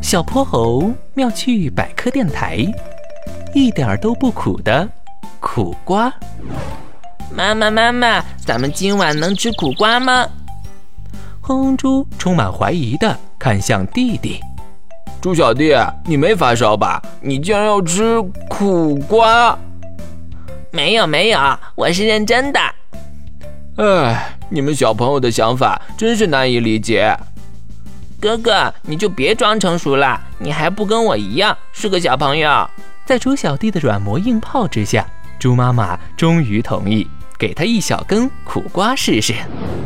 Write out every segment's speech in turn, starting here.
小泼猴妙趣百科电台，一点都不苦的苦瓜。 妈妈，咱们今晚能吃苦瓜吗？ 哼哼猪充满怀疑地看向弟弟。 猪小弟，你没发烧吧？你竟然要吃苦瓜？ 没有，我是认真的。 哎，你们小朋友的想法真是难以理解。 哥哥，你就别装成熟了，你还不跟我一样是个小朋友。 在猪小弟的软磨硬泡之下，猪妈妈终于同意给他一小根苦瓜试试。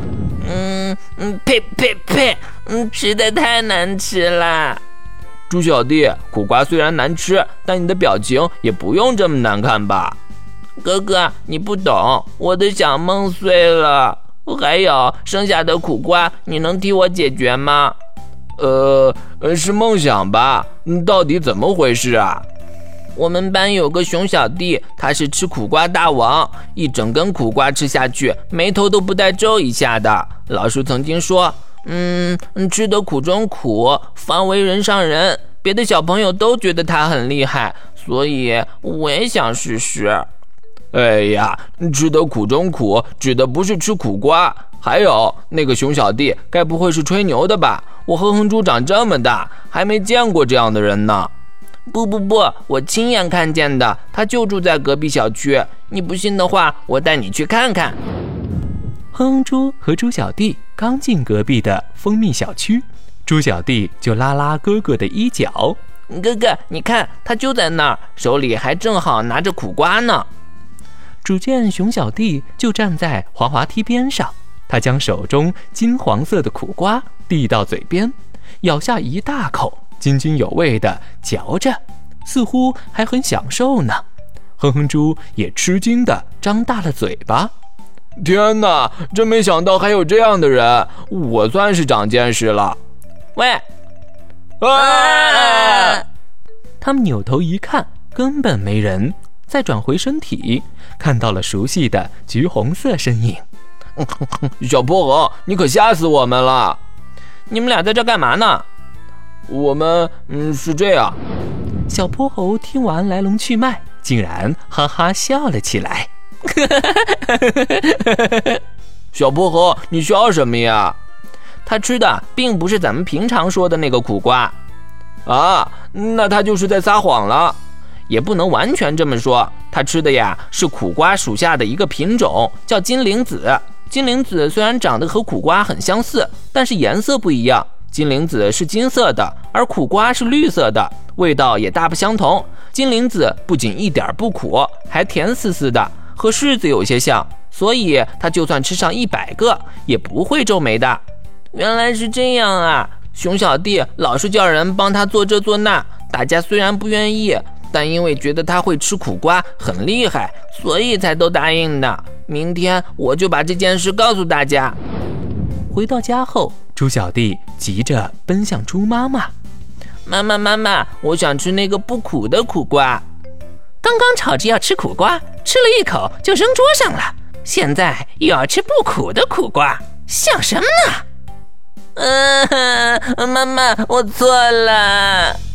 呸，实在太难吃了。 猪小弟，苦瓜虽然难吃，但你的表情也不用这么难看吧？ 哥哥，你不懂，我的小梦碎了。还有剩下的苦瓜，你能替我解决吗？ 是梦想吧？到底怎么回事啊？ 我们班有个熊小弟，他是吃苦瓜大王，一整根苦瓜吃下去，眉头都不带皱一下的。老师曾经说，吃得苦中苦，方为人上人。别的小朋友都觉得他很厉害，所以我也想试试。 哎呀，吃得苦中苦指的不是吃苦瓜。还有那个熊小弟该不会是吹牛的吧？我哼哼猪长这么大还没见过这样的人呢。 不，我亲眼看见的，他就住在隔壁小区。你不信的话，我带你去看看。 哼哼猪和猪小弟刚进隔壁的蜂蜜小区，猪小弟就拉哥哥的衣角。 哥哥，你看，他就在那儿，手里还正好拿着苦瓜呢。 只见熊小弟就站在滑滑梯边上，他将手中金黄色的苦瓜递到嘴边，咬下一大口，津津有味地嚼着，似乎还很享受呢。哼哼猪也吃惊地张大了嘴巴。 天哪，真没想到还有这样的人，我算是长见识了。 喂！ 他们扭头一看，根本没人，再转回身体，看到了熟悉的橘红色身影。 小泼猴，你可吓死我们了！ 你们俩在这干嘛呢？ 我们是这样。 小泼猴听完来龙去脉，竟然哈哈笑了起来。 小泼猴，你笑什么呀？ 他吃的并不是咱们平常说的那个苦瓜啊，那他就是在撒谎了。 也不能完全这么说，他吃的呀是苦瓜属下的一个品种，叫金铃子。金铃子虽然长得和苦瓜很相似，但是颜色不一样。金铃子是金色的，而苦瓜是绿色的，味道也大不相同。金铃子不仅一点不苦，还甜丝丝的，和柿子有些像，所以他就算吃上100个也不会皱眉的。原来是这样啊！熊小弟老是叫人帮他做这做那，大家虽然不愿意，但因为觉得他会吃苦瓜很厉害，所以才都答应的。明天我就把这件事告诉大家。 回到家后，猪小弟急着奔向猪妈妈。 妈妈，我想吃那个不苦的苦瓜。刚刚吵着要吃苦瓜，吃了一口就扔桌上了，现在又要吃不苦的苦瓜，想什么呢？妈妈，我错了。